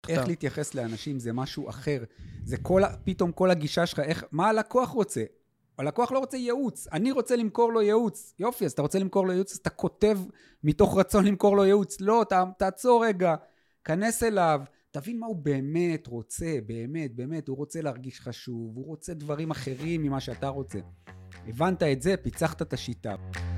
איך להתייחס לאנשים זה משהו אחר. זה פתאום כל הגישה שלך, מה הלקוח רוצה? הלקוח לא רוצה ייעוץ, אני רוצה למכור לו ייעוץ. יופי, אז אתה רוצה למכור לו ייעוץ, אז אתה כותב מתוך רצון למכור לו ייעוץ. לא, תעצור רגע, כנס אליו, תבין מה הוא באמת רוצה, באמת, הוא רוצה להרגיש חשוב, הוא רוצה דברים אחרים ממה שאתה רוצה. הבנת את זה, פיצחת את השיטה.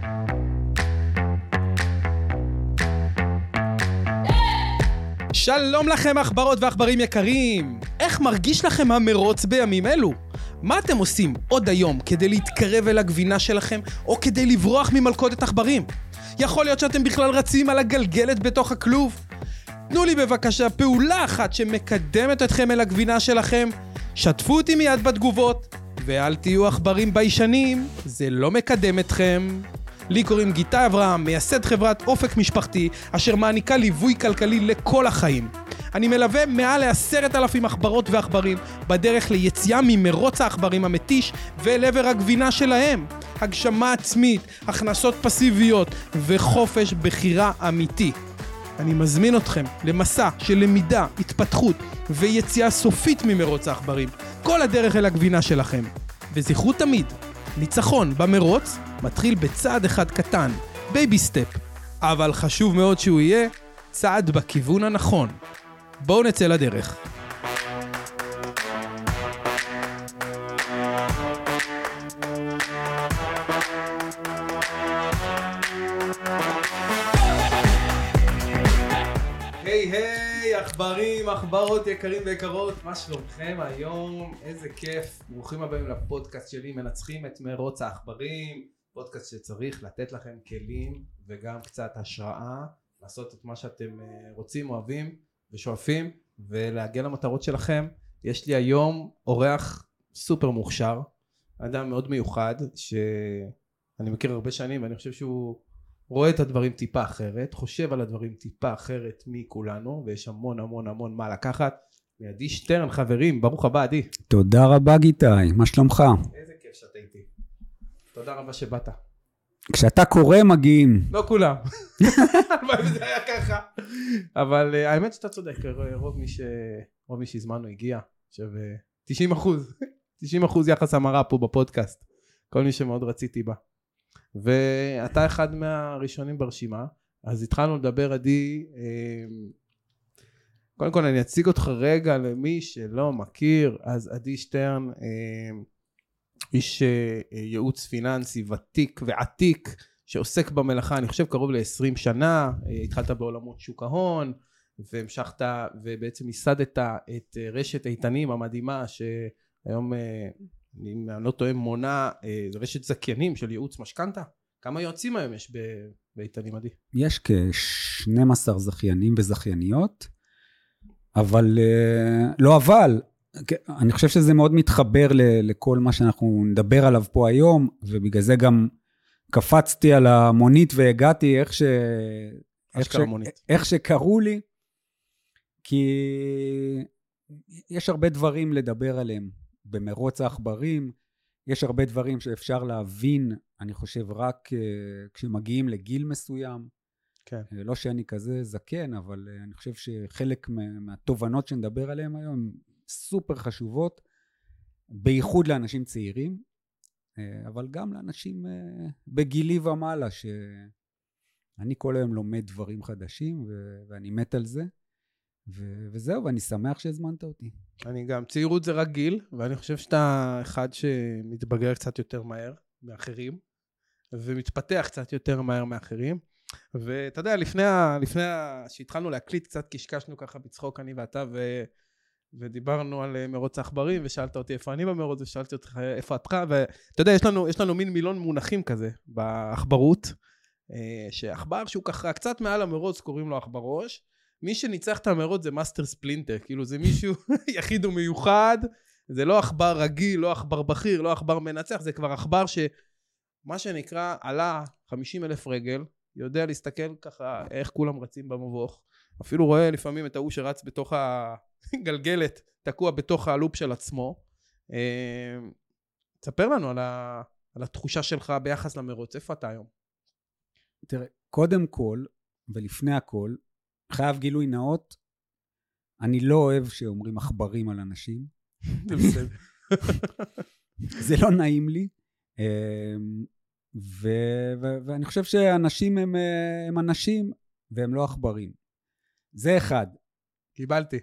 שלום לכם עכברות ועכברים יקרים. איך מרגיש לכם המרוץ בימים אלו? מה אתם עושים עוד היום כדי להתקרב אל הגבינה שלכם או כדי לברוח ממלכודת עכברים? יכול להיות שאתם בכלל רצים על הגלגלת בתוך הכלוב? תנו לי בבקשה פעולה אחת שמקדמת אתכם אל הגבינה שלכם. שתפו אותי מיד בתגובות, ואל תהיו עכברים ביישנים, זה לא מקדם אתכם. לי קוראים גיטאי אברהם, מייסד חברת אופק משפחתי, אשר מעניקה ליווי כלכלי לכל החיים. אני מלווה מעל 10,000 עכברות ועכברים בדרך ליציאה ממרוץ העכברים המתיש ואל עבר הגבינה שלהם. הגשמה עצמית, הכנסות פסיביות וחופש בחירה אמיתי. אני מזמין אתכם למסע של למידה, התפתחות ויציאה סופית ממרוץ העכברים. כל הדרך אל הגבינה שלכם. וזכרו תמיד, ניצחון במרוץ מתחיל בצעד אחד קטן, בייבי סטפ. אבל חשוב מאוד שהוא יהיה צעד בכיוון הנכון. בואו נצא לדרך. היי, עכברים, עכברות יקרים ויקרות, מה שלומכם היום? איזה כיף, ברוכים הבאים לפודקאסט שלי, מנצחים את מרוץ העכברים, פודקאסט שצריך לתת לכם כלים וגם קצת השראה, לעשות את מה שאתם רוצים, אוהבים ושואפים ולהגיע למטרות שלכם. יש לי היום אורח סופר מוכשר, אדם מאוד מיוחד שאני מכיר הרבה שנים ואני חושב שהוא רואה את הדברים טיפה אחרת, חושב על הדברים טיפה אחרת מכולנו, ויש המון מה לקחת. עדי שטרן, חברים, ברוך הבא עדי. תודה רבה גיטאי, מה שלומך? איזה כיף שאתה איתי. תודה רבה שבאת. כשאתה קורא מגיעים. לא כולם. זה היה ככה. אבל האמת שאתה צודק, רוב מי שהזמנו הגיע. עכשיו 90% יחס המרה פה בפודקאסט. כל מי שמאוד רציתי בה. ואתה אחד מהראשונים ברשימה, אז התחלנו לדבר עדי. קודם כל אני אציג אותך רגע למי שלא מכיר. אז עדי שטרן, איש ייעוץ פיננסי ותיק ועתיק שעוסק במלאכה, אני חושב קרוב ל-20 שנה. התחלת בעולמות שוק ההון והמשכת ובעצם ייסדת את רשת איתנים המדהימה שהיום אם אני לא טועה מונה רשת זכיינים של ייעוץ משכנתה. כמה יועצים היום יש באיתנים עדי? יש כ-12 זכיינים וזכייניות, אבל אני חושב שזה מאוד מתחבר לכל מה שאנחנו נדבר עליו פה היום, ובגלל זה גם קפצתי על המונית והגעתי איך שקראו לי, כי יש הרבה דברים לדבר עליהם במרוץ העכברים. יש הרבה דברים שאפשר להבין, אני חושב, רק כשמגיעים לגיל מסוים. כן. לא שאני כזה זקן, אבל אני חושב שחלק מהתובנות שנדבר עליהן היום סופר חשובות, בייחוד לאנשים צעירים, אבל גם לאנשים בגילי ומעלה, שאני כל היום לומד דברים חדשים, ואני מת על זה, וזהו, ואני שמח שהזמנת אותי. אני גם, צעירות זה רק גיל, ואני חושב שאתה אחד שמתבגר קצת יותר מהר מאחרים, ומתפתח קצת יותר מהר מאחרים, ואתה יודע, לפני שהתחלנו להקליט קצת, קשקשנו ככה בצחוק אני ואתה, ודיברנו על מרוץ העכברים, ושאלת אותי איפה אני במרוץ, ושאלתי אותך איפה אתה, ואתה יודע, יש לנו מין מילון מונחים כזה, בעכברות, שעכבר שהוא ככה קצת מעל המרוץ, קוראים לו עכברוש, מי שניצח את המרוץ זה מאסטר ספלינטר, כאילו זה מישהו יחיד ומיוחד, זה לא עכבר רגיל, לא עכבר בכיר, לא עכבר מנצח, זה כבר עכבר שמה שנקרא עלה 50,000 רגל, יודע להסתכל ככה איך כולם רצים במבוך, אפילו רואה לפעמים את ההוא שרץ בתוך הגלגלת, תקוע בתוך הלופ של עצמו. תספר לנו על התחושה שלך ביחס למרוץ, איפה אתה היום? תראה, קודם כל ולפני הכל, חייב גילוי נאות, אני לא אוהב שאומרים עכברים על אנשים. זה בסדר. זה לא נעים לי. ואני חושב שאנשים הם אנשים, והם לא עכברים. זה אחד. קיבלתי.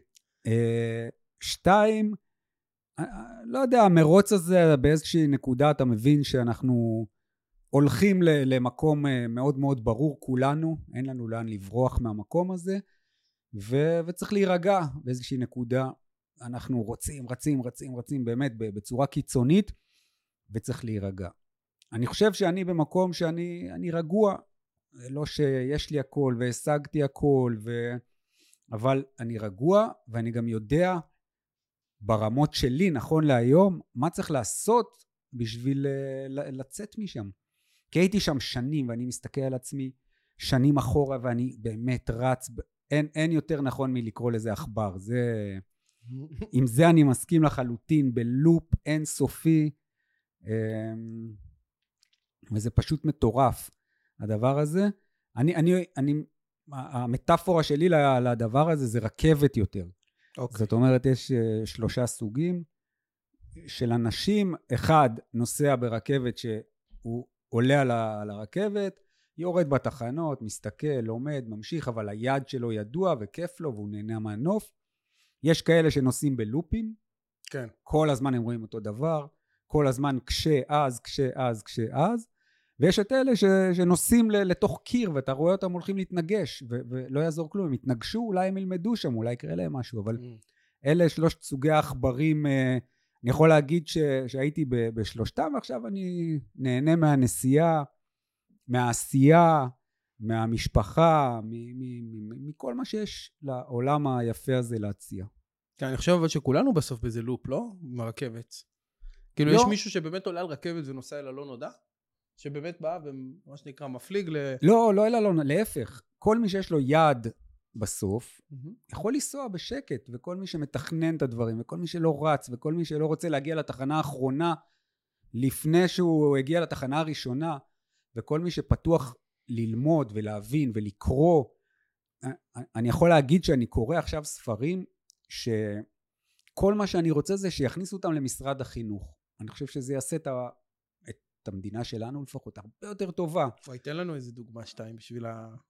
2, לא יודע, המרוץ הזה באיזושהי נקודה, אתה מבין שאנחנו הולכים למקום מאוד מאוד ברור, כולנו, אין לנו לאן לברוח מהמקום הזה, וצריך להירגע באיזושהי נקודה, אנחנו רצים באמת בצורה קיצונית, וצריך להירגע. אני חושב שאני במקום שאני רגוע, לא שיש לי הכל והשגתי הכל, אבל אני רגוע, ואני גם יודע ברמות שלי, נכון להיום, מה צריך לעשות בשביל לצאת משם. כי הייתי שם שנים, ואני מסתכל על עצמי שנים אחורה, ואני באמת רץ, אין יותר נכון מלקרוא לזה עכבר. עם זה אני מסכים לחלוטין, בלופ אינסופי, וזה פשוט מטורף, הדבר הזה. המטאפורה שלי לדבר הזה זה רכבת יותר. זאת אומרת, יש 3 סוגים של אנשים. אחד נוסע ברכבת שהוא עולה על הרכבת, יורד בתחנות, מסתכל, לומד, ממשיך, אבל היד שלו ידוע וכיף לו והוא נהנה מהנוף. יש כאלה שנוסעים בלופים, כן. כל הזמן הם רואים אותו דבר, כל הזמן כשאז, ויש את אלה שנוסעים לתוך קיר, ואתה רואה אותם הולכים להתנגש, ולא יעזור כלום, הם יתנגשו, אולי הם ילמדו שם, אולי יקרה להם משהו, אבל אלה 3 סוגי העכברים. אני יכול להגיד שהייתי בשלושתם, ועכשיו אני נהנה מהנסיעה, מהעשייה, מהמשפחה, מכל מה שיש לעולם היפה הזה להציע. כן, אני חושב אבל שכולנו בסוף באיזה לופ, לא? עם הרכבת. כאילו יש מישהו שבאמת עולה על רכבת ונוסע אל הלא נודע? שבאמת בא ומה שנקרא מפליג לא, להפך. כל מי שיש לו יד בסוף, יכול לנסוע בשקט, וכל מי שמתכנן את הדברים, וכל מי שלא רץ, וכל מי שלא רוצה להגיע לתחנה האחרונה, לפני שהוא הגיע לתחנה הראשונה, וכל מי שפתוח ללמוד ולהבין ולקרוא. אני יכול להגיד שאני קורא עכשיו ספרים, שכל מה שאני רוצה זה שיכניסו אותם למשרד החינוך. אני חושב שזה יעשה את המדינה שלנו לפחות הרבה יותר טובה. תן לנו איזה דוגמה 2 בשביל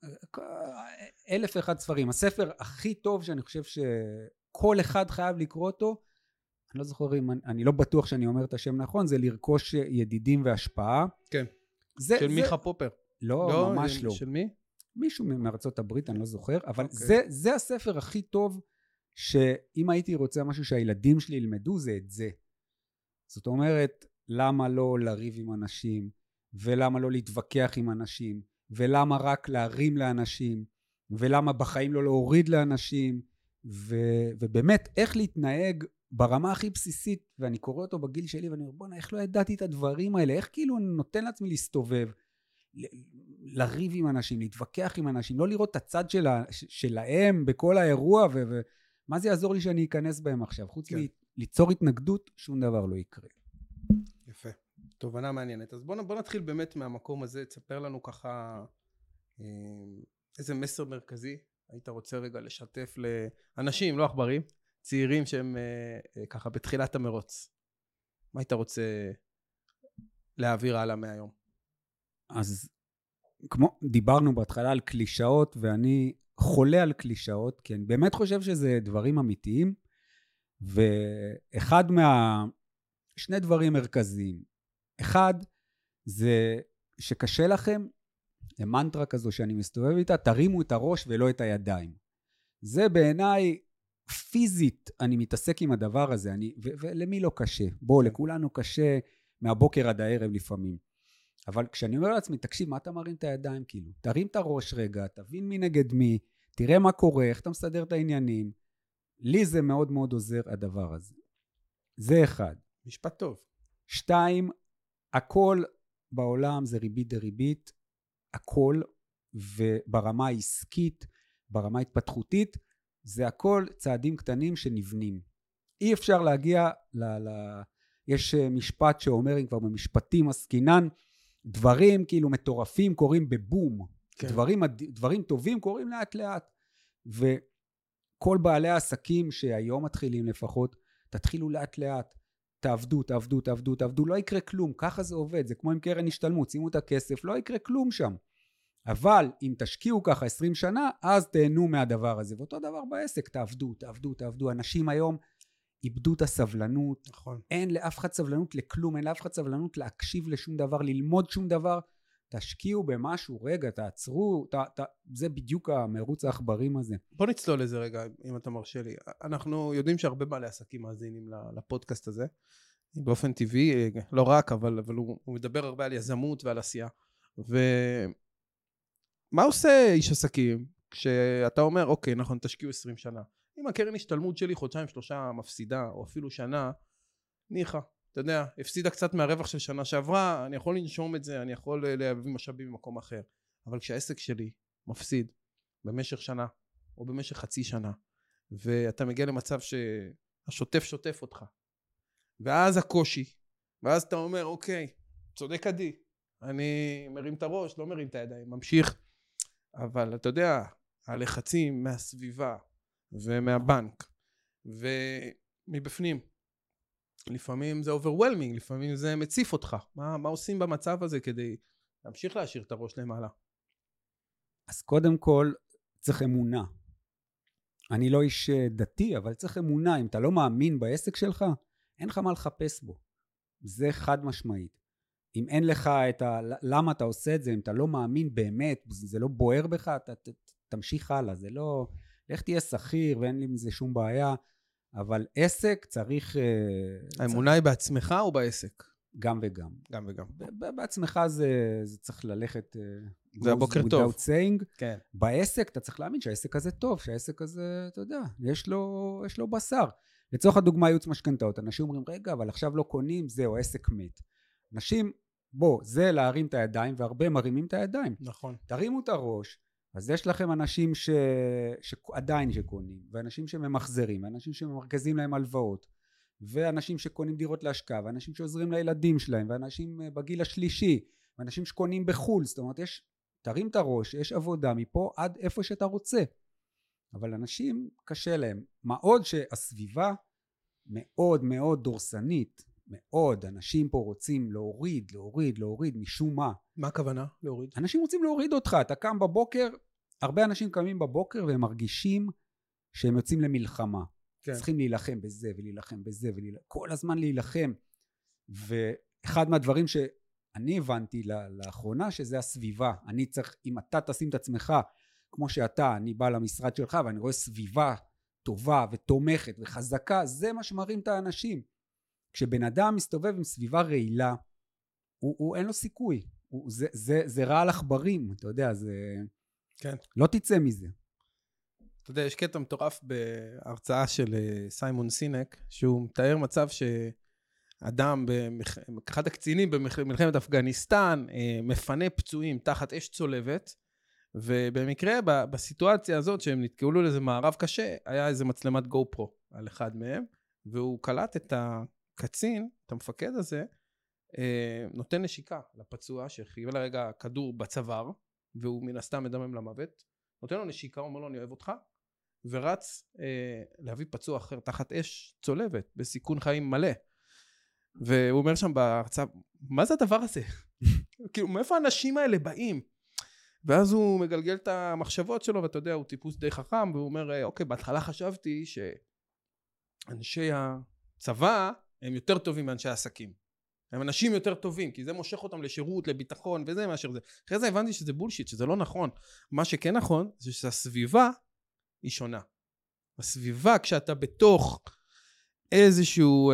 1001 ספרים. הספר הכי טוב שאני חושב שכל אחד חייב לקרוא אותו, אני לא זוכר אם, אני לא בטוח שאני אומר את השם נכון, זה לרכוש ידידים והשפעה. כן. של מיכה פופר. לא, ממש לא. של מי? מישהו מארצות הברית, אני לא זוכר, אבל זה הספר הכי טוב, שאם הייתי רוצה משהו שהילדים שלי ילמדו, זה את זה. זאת אומרת, למה לא לריב עם אנשים, ולמה לא להתווכח עם אנשים, ולמה רק להרים לאנשים, ולמה בחיים לא להוריד לאנשים, ובאמת איך להתנהג ברמה הכי בסיסית, ואני קורא אותו בגיל שלי, ואני אומר, בוא'נה, איך לא ידעתי את הדברים האלה, איך כאילו אני נותן לעצמי להסתובב, לריב עם אנשים, להתווכח עם אנשים, לא לראות את הצד שלהם בכל האירוע, ומה זה יעזור לי שאני אכנס בהם עכשיו, חוץ ליצור התנגדות, שום דבר לא יקרה. יפה, תובנה מעניינת. אז בוא נתחיל באמת מהמקום הזה, תספר לנו ככה איזה מסר מרכזי היית רוצה רגע לשתף לאנשים, לא עכברים, צעירים שהם ככה בתחילת המרוץ. מה היית רוצה להעביר הלאה מהיום? אז כמו דיברנו בהתחלה על קלישאות, ואני חולה על קלישאות, כי אני באמת חושב שזה דברים אמיתיים, ואחד שני דברים מרכזיים. אחד, זה שקשה לכם, זה מנטרה כזו שאני מסתובב איתה, תרימו את הראש ולא את הידיים. זה בעיניי, פיזית, אני מתעסק עם הדבר הזה, ולמי לא קשה? בוא, לכולנו קשה מהבוקר עד הערב לפעמים. אבל כשאני אומר לעצמי, תקשיב, מה אתה מרים את הידיים? כאילו, תרים את הראש רגע, תבין מי נגד מי, תראה מה קורה, איך אתה מסדר את העניינים. לי זה מאוד מאוד עוזר הדבר הזה. זה אחד. משפט טוב. 2, הכל בעולם זה ריבית דריבית, הכל, וברמה העסקית, ברמה התפתחותית, זה הכל צעדים קטנים שנבנים. אי אפשר להגיע יש משפט שאומר, אם כבר במשפטים עסקינן, דברים כאילו מטורפים קורים בבום. כן. דברים טובים קורים לאט לאט. כל בעלי העסקים שהיום מתחילים לפחות, תתחילו לאט לאט, תעבדו, לא יקרה כלום, ככה זה עובד, זה כמו עם קרן השתלמות, שימו את הכסף, לא יקרה כלום שם. אבל אם תשקיעו ככה 20 שנה, אז תהנו מהדבר הזה. ואותו דבר בעסק, תעבדו. אנשים היום איבדו את הסבלנות. נכון. אין לאף אחד סבלנות לכלום, אין לאף אחד סבלנות להקשיב לשום דבר, ללמוד שום דבר. תשקיעו במשהו, רגע, תעצרו, זה בדיוק המרוץ העכברים הזה. בוא נצלול לזה רגע, אם אתה מרשה לי. אנחנו יודעים שהרבה בעלי עסקים מאזינים לפודקאסט הזה, באופן טבעי, לא רק, אבל הוא מדבר הרבה על יזמות ועל עשייה. מה עושה איש עסקים כשאתה אומר, אוקיי, נכון, תשקיעו 20 שנה. אם הקרן השתלמות שלי חודשיים 3 מפסידה, או אפילו שנה, ניחא. אתה יודע, הפסידה קצת מהרווח של שנה שעברה, אני יכול לנשום את זה, אני יכול להביא משאבים במקום אחר. אבל כשהעסק שלי מפסיד במשך שנה, או במשך חצי שנה, ואתה מגיע למצב שהשוטף שוטף אותך, ואז הקושי, ואז אתה אומר, אוקיי, צודק עדי, אני מרים את הראש, לא מרים את הידיים, ממשיך. אבל אתה יודע, הלחצים מהסביבה, ומהבנק, ומבפנים, לפעמים זה overwhelming, לפעמים זה מציף אותך. מה עושים במצב הזה כדי להמשיך להשאיר את הראש למעלה? אז קודם כל צריך אמונה. אני לא איש דתי, אבל צריך אמונה. אם אתה לא מאמין בעסק שלך, אין לך מה לחפש בו. זה חד משמעית. אם אין לך למה אתה עושה את זה, אם אתה לא מאמין באמת, זה לא בוער בך, תמשיך הלאה. זה לא, לך תהיה שכיר ואין לי מזה שום בעיה. אבל עסק צריך... האמונה היא בעצמך או בעסק? גם וגם. גם וגם. בעצמך זה צריך ללכת... זה הבוקר טוב. כן. בעסק אתה צריך להאמין שהעסק הזה טוב, שהעסק הזה, אתה יודע, יש לו בשר. לצורך הדוגמה ייעוץ משכנתאות, אנשים אומרים, רגע, אבל עכשיו לא קונים, זהו, העסק מת. אנשים, זה להרים את הידיים, והרבה מרימים את הידיים. נכון. תרימו את הראש, אז יש לכם אנשים שעדיין שקונים, ואנשים שממחזרים, ואנשים שממרכזים להם הלוואות, ואנשים שקונים דירות להשקעה, ואנשים שעוזרים לילדים שלהם, ואנשים בגיל השלישי, ואנשים שקונים בחול. זאת אומרת, תרים את הראש, יש עבודה מפה עד איפה שאתה רוצה. אבל אנשים קשה להם. מה עוד שהסביבה מאוד מאוד דורסנית, מאוד. אנשים פה רוצים להוריד משום מה. מה הכוונה להוריד? אנשים רוצים להוריד אותך. אתה קם בבוקר, הרבה אנשים קמים בבוקר והם מרגישים שהם יוצאים למלחמה. כן. צריכים להילחם בזה ולהילחם בזה, כל הזמן להילחם. ואחד מהדברים שאני הבנתי לאחרונה, שזה הסביבה. אני צריך, אם אתה תשים את עצמך, כמו שאתה, אני בא למשרד שלך ואני רואה סביבה טובה ותומכת וחזקה, זה מה שמרים את האנשים. כשבן אדם מסתובב עם סביבה רעילה, הוא אין לו סיכוי. זה רע על עכברים, אתה יודע, זה... כן. לא תצא מזה. אתה יודע, יש קטע מטורף בהרצאה של סיימון סינק, שהוא מתאר מצב שאדם, אחד הקצינים במלחמת אפגניסטן, מפנה פצועים תחת אש צולבת, ובמקרה, בסיטואציה הזאת, שהם נתקעו לו לאיזה מערב קשה, היה איזה מצלמת גו פרו על אחד מהם, והוא קלט את הקצין, את המפקד הזה, נותן נשיקה לפצוע, שחייב לרגע כדור בצוואר, והוא מן הסתם מדמם למוות, נותן לו נשיקה, אומר לו אני אוהב אותך, ורץ להביא פצוע אחר תחת אש צולבת, בסיכון חיים מלא. והוא אומר שם בהרצאה, מה זה הדבר הזה? כאילו, מאיפה האנשים האלה באים? ואז הוא מגלגל את המחשבות שלו, ואתה יודע, הוא טיפוס די חכם, והוא אומר, אוקיי, בהתחלה חשבתי שאנשי הצבא הם יותר טובים מאנשי העסקים. הם אנשים יותר טובים, כי זה מושך אותם לשירות, לביטחון, וזה מאשר זה. אחרי זה הבנתי שזה בולשיט, שזה לא נכון. מה שכן נכון, זה שהסביבה היא שונה. הסביבה, כשאתה בתוך איזשהו,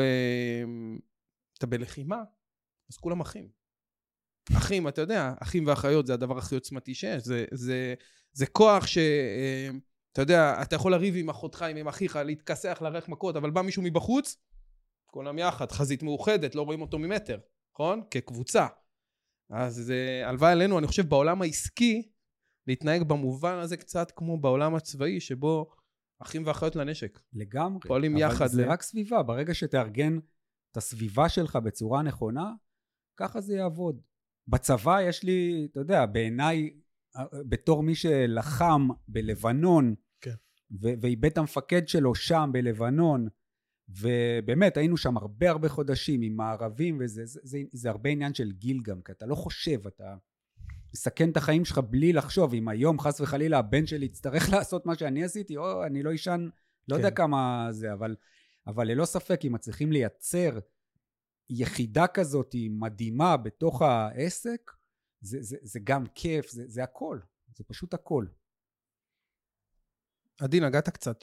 אתה בלחימה, אז כולם אחים. אחים, אתה יודע, אחים ואחיות זה הדבר הכי עוצמתי שיש. זה כוח אתה יודע, אתה יכול לריב עם אחותך, עם אחיך, להתכסח, להריח מכות, אבל בא מישהו מבחוץ, כולם יחד, חזית מאוחדת, לא רואים אותו ממטר, נכון? כקבוצה. אז זה הלוואה אלינו, אני חושב, בעולם העסקי, להתנהג במובן הזה קצת כמו בעולם הצבאי, שבו אחים ואחיות לנשק. לגמרי. פועלים יחד. אבל זה רק סביבה, ברגע שתארגן את הסביבה שלך בצורה נכונה, ככה זה יעבוד. בצבא יש לי, אתה יודע, בעיניי, בתור מי שלחם בלבנון, כן. ואיבד את המפקד שלו שם בלבנון, ובאמת היינו שם הרבה חודשים עם הערבים, וזה הרבה עניין של גיל גם, כי אתה לא חושב, אתה מסכן את החיים שלך בלי לחשוב. אם היום חס וחלילה הבן שלי יצטרך לעשות מה שאני עשיתי, או אני לא ישן, לא יודע כמה זה, אבל ללא ספק אם מצליחים לייצר יחידה כזאת מדהימה בתוך העסק, זה גם כיף, זה הכל, זה פשוט הכל. עדי, נגעת קצת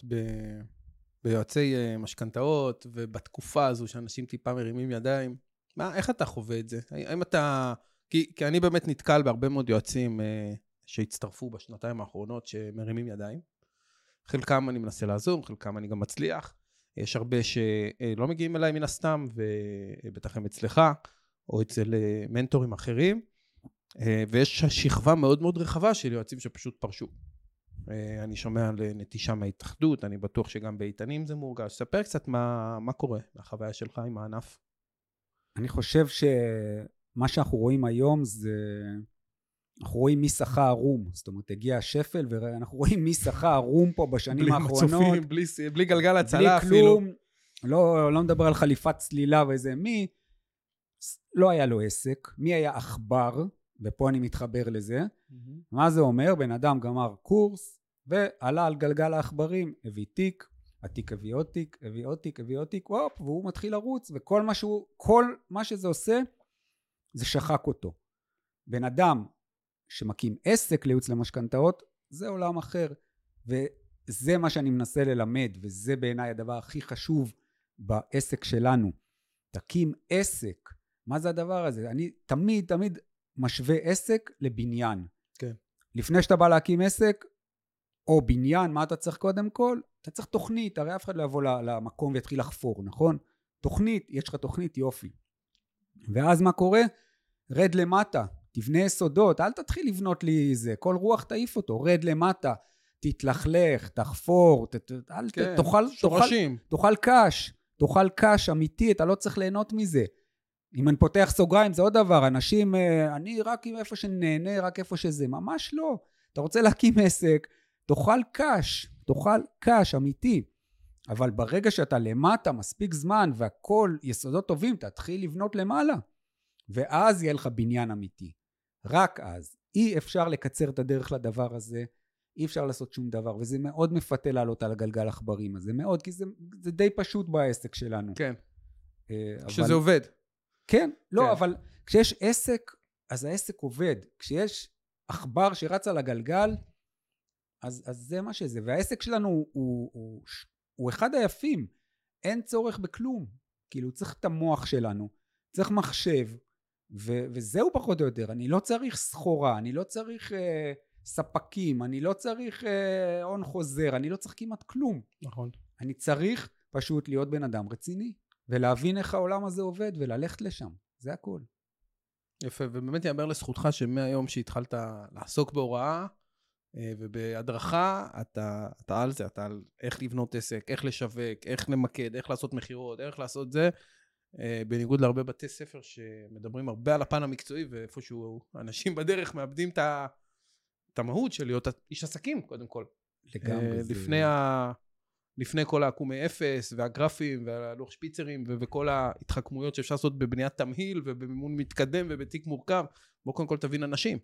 ביועצי משכנתאות, ובתקופה הזו שאנשים טיפה מרימים ידיים, איך אתה חווה את זה? האם אתה, כי אני באמת נתקל בהרבה מאוד יועצים שהצטרפו בשנתיים האחרונות שמרימים ידיים, חלקם אני מנסה לעזור, חלקם אני גם מצליח, יש הרבה שלא מגיעים אליי מן הסתם, ובטח הם אצלך, או אצל מנטורים אחרים, ויש שכבה מאוד מאוד רחבה של יועצים שפשוט פרשו. אני שומע על נטישה מההתאחדות, אני בטוח שגם באיתנים זה מורגש. ספר קצת מה קורה מהחוויה שלך עם הענף. אני חושב שמה שאנחנו רואים היום זה, אנחנו רואים מי שכה ערום, זאת אומרת הגיע השפל ואנחנו רואים מי שכה ערום פה בשנים האחרונות. בלי מצופים, בלי גלגל הצלה אפילו. בלי כלום, לא מדבר על חליפת צלילה ואיזה מי, לא היה לו עסק, מי היה עכבר, ופה אני מתחבר לזה. מה זה אומר? בן אדם גמר קורס ועלה על גלגל העכברים, הביא תיק, התיק הביא עוד תיק, הביא עוד תיק, וופ, והוא מתחיל לרוץ, וכל מה שזה עושה זה שחק אותו. בן אדם שמקים עסק לייעוץ למשכנתאות, זה עולם אחר, וזה מה שאני מנסה ללמד, וזה בעיניי הדבר הכי חשוב בעסק שלנו. תקים עסק. מה זה הדבר הזה? אני תמיד משווה עסק לבניין. כן. לפני שאתה בא להקים עסק, או בניין, מה אתה צריך קודם כל? אתה צריך תוכנית, הרי אף אחד לא יבוא למקום ויתחיל לחפור, נכון? תוכנית, יש לך תוכנית, יופי. ואז מה קורה? רד למטה, תבנה יסודות, אל תתחיל לבנות לי זה, כל רוח תעיף אותו, רד למטה, תתלכלך, תחפור, כן, שורשים. תאכל קש אמיתי, אתה לא צריך ליהנות מזה. אם אני פותח סוגריים זה עוד דבר, אנשים, אני רק איפה שנהנה, רק איפה שזה, ממש לא. אתה רוצה להקים עסק, תאכל קש אמיתי. אבל ברגע שאתה למטה מספיק זמן והכל יסודות טובים, תתחיל לבנות למעלה. ואז יהיה לך בניין אמיתי. רק אז. אי אפשר לקצר את הדרך לדבר הזה, אי אפשר לעשות שום דבר, וזה מאוד מפתה לעלות על הגלגל עכברים הזה, מאוד, כי זה די פשוט בעסק שלנו. כן. שזה עובד. כן, לא, כן. אבל כשיש עסק, אז העסק עובד. כשיש עכבר שרץ על הגלגל, אז זה מה שזה. והעסק שלנו הוא אחד היפים. אין צורך בכלום. כאילו, צריך את המוח שלנו. צריך מחשב, וזהו פחות או יותר. אני לא צריך סחורה, אני לא צריך ספקים, אני לא צריך הון חוזר, אני לא צריך כמעט כלום. נכון. אני צריך פשוט להיות בן אדם רציני. ולהבין איך העולם הזה עובד, וללכת לשם. זה הכל. יפה, ובאמת יאמר לזכותך שמהיום שהתחלת לעסוק בהוראה, ובהדרכה, אתה על זה, אתה על איך לבנות עסק, איך לשווק, איך למקד, איך לעשות מחירות, איך לעשות זה, בניגוד להרבה בתי ספר שמדברים הרבה על הפן המקצועי, ואיפשהו אנשים בדרך מאבדים את המהות של להיות איש עסקים, קודם כל. לגמרי. לפני כל העקומי אפס, והגרפים, והלוח שפיצרים, וכל ההתחכמויות שאפשר לעשות בבניית תמהיל, ובמימון מתקדם, ובתיק מורכב, בוא קודם כל תבין אנשים.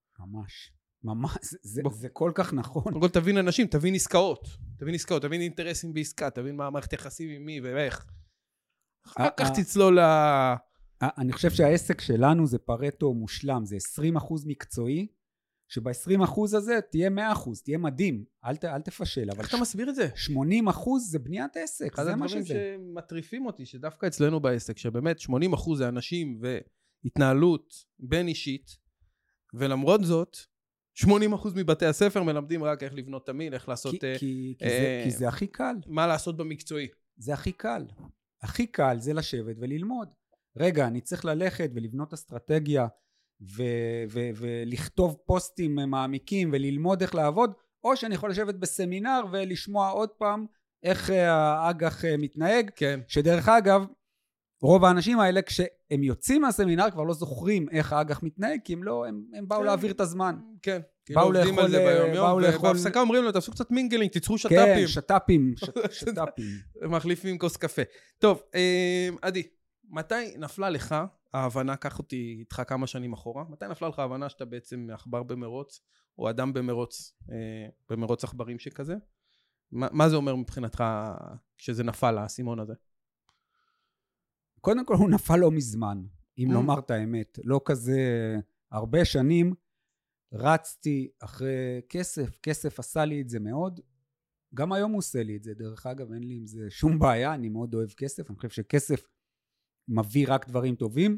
ממש, זה כל כך נכון. קודם כל תבין אנשים, תבין עסקאות, תבין אינטרסים בעסקה, תבין מה המערכת יחסים עם מי ואיך. אחר כך תצלול אני חושב שהעסק שלנו זה פרטו מושלם, זה 20% מקצועי, שב-20% הזה תהיה 100%, תהיה מדהים, אל תפשל. איך אתה מסביר את זה? 80% זה בניית עסק, זה מה שזה. אחד הדברים שמטריפים אותי, שדווקא אצלנו בעסק, שבאמת 80% זה אנשים והתנהלות בין אישית, ולמרות זאת, 80% מבתי הספר מלמדים רק איך לבנות תמיל, איך לעשות... כי זה הכי קל. מה לעשות במקצועי. זה הכי קל. הכי קל זה לשבת וללמוד. רגע, אני צריך ללכת ולבנות אסטרטגיה, ולכתוב פוסטים מעמיקים וללמוד איך לעבוד, או שאני יכול לשבת בסמינר ולשמוע עוד פעם איך האג"ח מתנהג, כן. שדרך אגב רוב האנשים האלה כשהם יוצאים מהסמינר כבר לא זוכרים איך האג"ח מתנהג, כי הם באו להעביר את הזמן. כן. כאילו עובדים על זה ביום יום, ובהפסקה אומרים לו, תעשו קצת מינגלינג, תיצרו שטאפים. כן, שטאפים. מחליפים כוס קפה. טוב, עדי, מתי נפלה לך ההבנה, קח אותי איתך כמה שנים אחורה, מתי נפלה לך ההבנה שאתה בעצם עכבר במרוץ, או אדם במרוץ עכברים שכזה? מה זה אומר מבחינתך כשזה נפל האסימון הזה? קודם כל הוא נפל לא מזמן, אם לומר את האמת. לא כזה הרבה שנים רצתי אחרי כסף, כסף עשה לי את זה מאוד, גם היום הוא עושה לי את זה, דרך אגב אין לי עם זה שום בעיה, אני מאוד אוהב כסף, אני חושב שכסף מביא רק דברים טובים.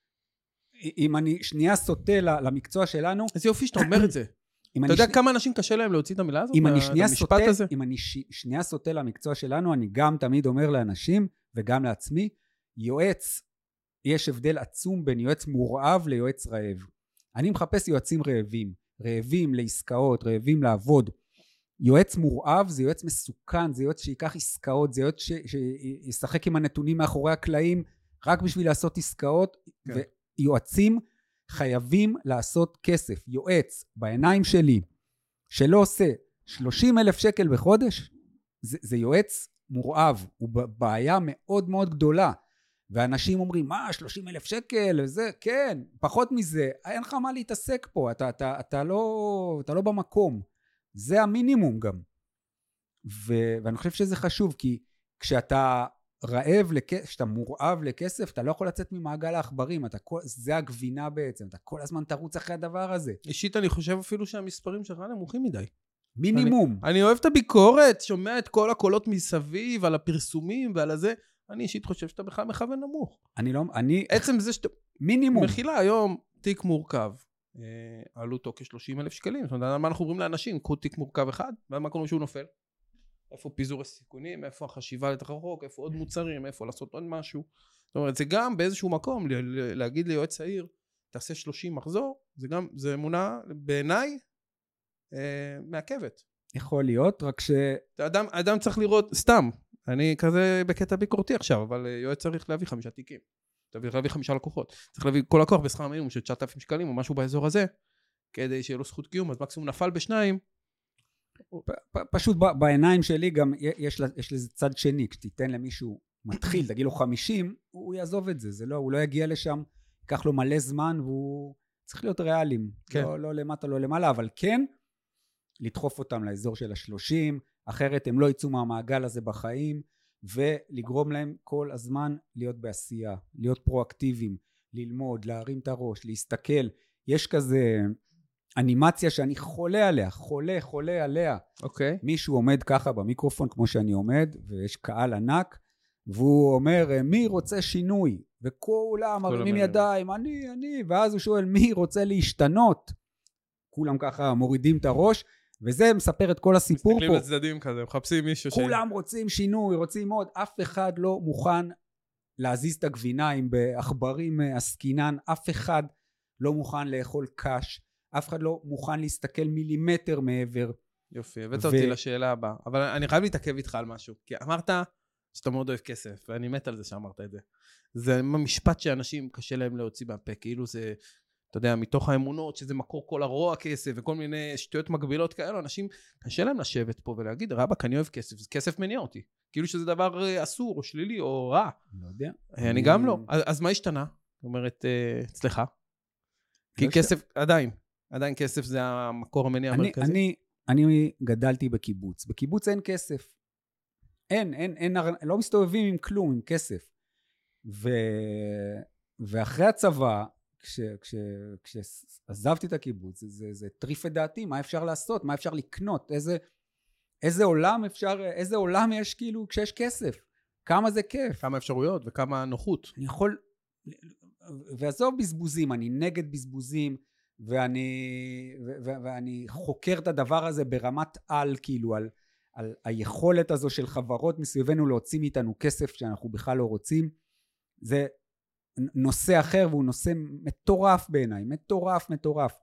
אם אני שנייה סוטה למקצוע שלנו... אז יופי שאתה אומר את זה. אתה יודע כמה אנשים קשה להם להוציא את המילה הזאת? אם אני שנייה סוטה למקצוע שלנו, אני גם תמיד אומר לאנשים, וגם לעצמי, יועץ, יש הבדל עצום בין יועץ מורעב ליועץ רעב. אני מחפש יועצים רעבים, רעבים לעסקאות, רעבים לעבוד. יועץ מורעב זה יועץ מסוכן, זה יועץ שיקח עסקאות, זה יועץ שישחק עם הנתונים מאחורי הקלעים, רק בשביל לעשות עסקאות, כן. ויועצים חייבים לעשות כסף. יועץ בעיניים שלי, שלא עושה 30,000 שקל בחודש, זה יועץ מורעב, הוא בעיה מאוד מאוד גדולה. ואנשים אומרים, מה, 30,000 שקל, וזה, כן, פחות מזה, אין לך מה להתעסק פה, אתה לא במקום. זה המינימום גם. ואני חושב שזה חשוב, כי כשאתה רעב, כשאתה מורעב לכסף, אתה לא יכול לצאת ממעגל העכברים, זה הגבינה בעצם, אתה כל הזמן תרוץ אחרי הדבר הזה. אישית אני חושב אפילו שהמספרים שלך נמוכים מדי. מינימום. אני אוהב את הביקורת, שומע את כל הקולות מסביב, על הפרסומים ועל הזה, אני אישית חושב שאתה בכלל מכוון נמוך. עצם זה שאתה... מינימום. מחילה היום תיק מורכב, עלותו כ-30,000 שקלים, זאת אומרת, מה אנחנו אומרים לאנשים? קחו תיק מורכב אחד, ומה קורה שהוא נופל? איפה פיזור הסיכונים, איפה החשיבה לתחרוק, איפה עוד מוצרים, איפה לעשות עוד משהו. זאת אומרת, זה גם באיזשהו מקום, להגיד ליועץ צעיר, תעשה 30 מחזור, זה אמונה בעיניי מעכבת. יכול להיות, רק ש... אדם צריך לראות, סתם, אני כזה בקטע ביקורתי עכשיו, אבל יועץ צריך להביא 5 תיקים. צריך להביא 5 לקוחות. צריך להביא כל לקוח בשכר מינימום של 9,000 שקלים או משהו באזור הזה, כדי שיהיה לו זכות קיום, אז מקסימום נפל בשניים. פשוט בעיניים שלי גם יש לזה צד שני, כשתיתן למישהו מתחיל, תגיד לו 50, הוא יעזוב את זה, הוא לא יגיע לשם, ייקח לו מלא זמן, והוא צריך להיות ריאליים. לא למטה, לא למעלה, אבל כן, לדחוף אותם לאזור של 30, אחרת הם לא יצאו מהמעגל הזה בחיים, ולגרום להם כל הזמן להיות בעשייה, להיות פרואקטיביים, ללמוד, להרים את הראש, להסתכל. יש כזה אנימציה שאני חולה עליה, חולה עליה. אוקיי. מישהו עומד ככה במיקרופון כמו שאני עומד, ויש קהל ענק, והוא אומר, מי רוצה שינוי? וכולם מרימים ידיים, אני, ואז הוא שואל, מי רוצה להשתנות? כולם ככה מורידים את הראש, וזה מספר את כל הסיפור פה. מסתכלים לצדדים כזה, מחפשים מישהו כולם רוצים שינוי, רוצים עוד, אף אחד לא מוכן להזיז את הגבינה עם בעכברים עסקינן, אף אחד לא מוכן לאכול קש, אף אחד לא מוכן להסתכל מילימטר מעבר. יופי, הבאת אותי לשאלה הבאה, אבל אני חייב להתעכב איתך על משהו, כי אמרת שאתה מאוד אוהב כסף, ואני מת על זה שאמרת את זה. זה משפט שאנשים קשה להם להוציא מהפה, כאילו זה... אתה יודע, מתוך האמונות, שזה מקור כל הרוע כסף, וכל מיני שטויות מקבילות כאלו, אנשים קשה להם לשבת פה ולהגיד, רבק, אני אוהב כסף, כסף מניע אותי. כאילו שזה דבר אסור, או שלילי, או רע. לא יודע. אני גם לא. אז מה השתנה? זאת אומרת, אצלך. כי כסף, עדיין כסף זה המקור המניע המרכזי. אני גדלתי בקיבוץ. בקיבוץ אין כסף. אין, לא מסתובבים עם כלום, עם כסף. ואחרי הצבא, כשעזבתי את הקיבוץ, זה טריף את דעתי, מה אפשר לעשות, מה אפשר לקנות, איזה עולם יש כאילו כשיש כסף, כמה זה כיף. כמה אפשרויות וכמה נוחות. אני יכול, ועזוב בזבוזים, אני נגד בזבוזים, ואני חוקר את הדבר הזה ברמת על, כאילו, על היכולת הזו של חברות מסביבנו להוציא מאיתנו כסף שאנחנו בכלל לא רוצים. זה נושא אחר, והוא נושא מטורף בעיניי, מטורף.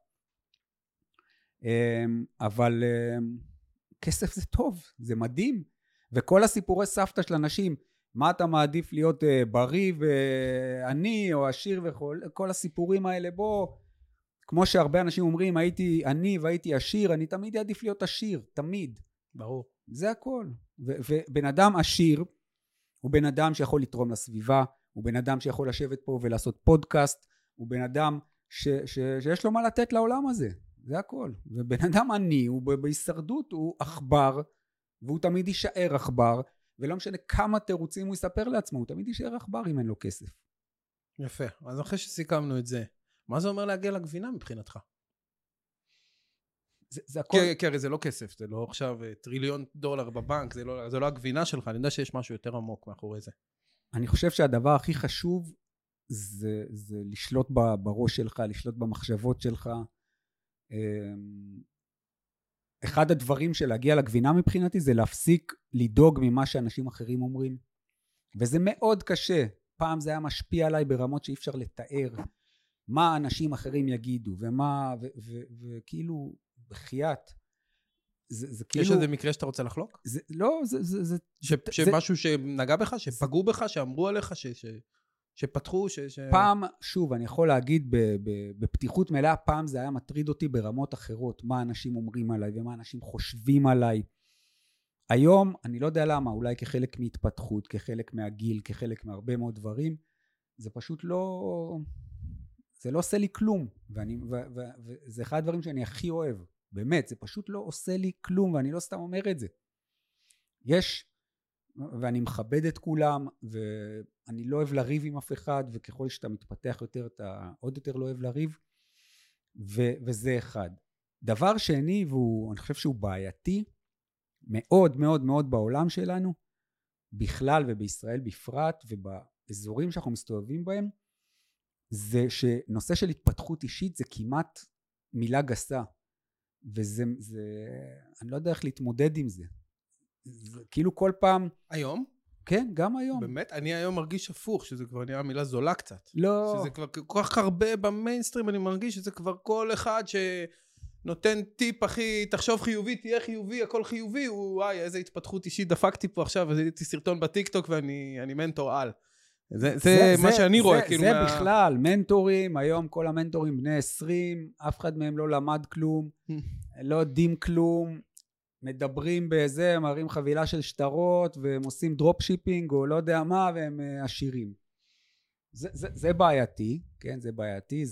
אבל כסף זה טוב, זה מדהים. וכל הסיפורי סבתא של אנשים, מה אתה מעדיף להיות בריא ועני או עשיר וכל הסיפורים האלה, בוא, כמו שהרבה אנשים אומרים, הייתי עני והייתי עשיר, אני תמיד אעדיף להיות עשיר, תמיד. ברור. זה הכל. ובן אדם עשיר, הוא בן אדם שיכול לתרום לסביבה, הוא בן אדם שיכול לשבת פה ולעשות פודקאסט, הוא בן אדם שיש לו מה לתת לעולם הזה, זה הכל. ובן אדם עני, הוא בהישרדות, הוא אכבר, והוא תמיד יישאר אכבר, ולא משנה כמה תירוצים הוא יספר לעצמו, הוא תמיד יישאר אכבר אם אין לו כסף. יפה, אז אחרי שסיכמנו את זה, מה זה אומר להגיע לגבינה מבחינתך? זה הכל... כי הרי זה לא כסף, זה לא עכשיו $1,000,000,000 בבנק, זה לא הגבינה שלך, אני יודע שיש משהו יותר עמוק מאחורי זה. אני חושב שהדבר הכי חשוב זה לשלוט בראש שלך, לשלוט במחשבות שלך. אחד הדברים של להגיע לגבינה מבחינתי זה להפסיק לדאוג ממה שאנשים אחרים אומרים. וזה מאוד קשה. פעם זה היה משפיע עליי ברמות שאי אפשר לתאר מה אנשים אחרים יגידו, וכאילו בחייאת. זה כאילו... יש איזה מקרה שאתה רוצה לחלוק? לא, שמשהו שנגע בך, שפגעו בך, שאמרו עליך, שפתחו, פעם, שוב, אני יכול להגיד בפתיחות מלאה, פעם זה היה מטריד אותי ברמות אחרות, מה אנשים אומרים עליי ומה אנשים חושבים עליי. היום, אני לא יודע למה, אולי כחלק מהתפתחות, כחלק מהגיל, כחלק מהרבה מאוד דברים, זה פשוט לא... זה לא עושה לי כלום, וזה אחד הדברים שאני הכי אוהב. באמת, זה פשוט לא עושה לי כלום, ואני לא סתם אומר את זה. יש, ואני מכבד את כולם, ואני לא אוהב לריב עם אף אחד, וככל שאתה מתפתח יותר, אתה עוד יותר לא אוהב לריב, וזה אחד. דבר שני, ואני חושב שהוא בעייתי, מאוד מאוד מאוד בעולם שלנו, בכלל ובישראל בפרט, ובאזורים שאנחנו מסתובבים בהם, זה שנושא של התפתחות אישית זה כמעט מילה גסה. וזה, אני לא יודע איך להתמודד עם זה. זה כאילו כל פעם... היום? כן, גם היום. באמת? אני היום מרגיש הפוך, שזה כבר נראה מילה זולה קצת. לא. שזה כבר כל כך הרבה במיינסטרים, אני מרגיש שזה כבר כל אחד שנותן טיפ, אחי, תחשוב חיובי, תהיה חיובי, הכל חיובי, וואי, איזה התפתחות אישית דפקתי פה עכשיו, עשיתי סרטון בטיקטוק ואני מנטור על. זה מה שאני רואה. זה בכלל, מנטורים, היום כל המנטורים בני 20, אף אחד מהם לא למד כלום, לא יודעים כלום, מדברים בזה, מראים חבילה של שטרות, והם עושים דרופ שיפינג, או לא יודע מה, והם עשירים. זה בעייתי, כן, זה בעייתי,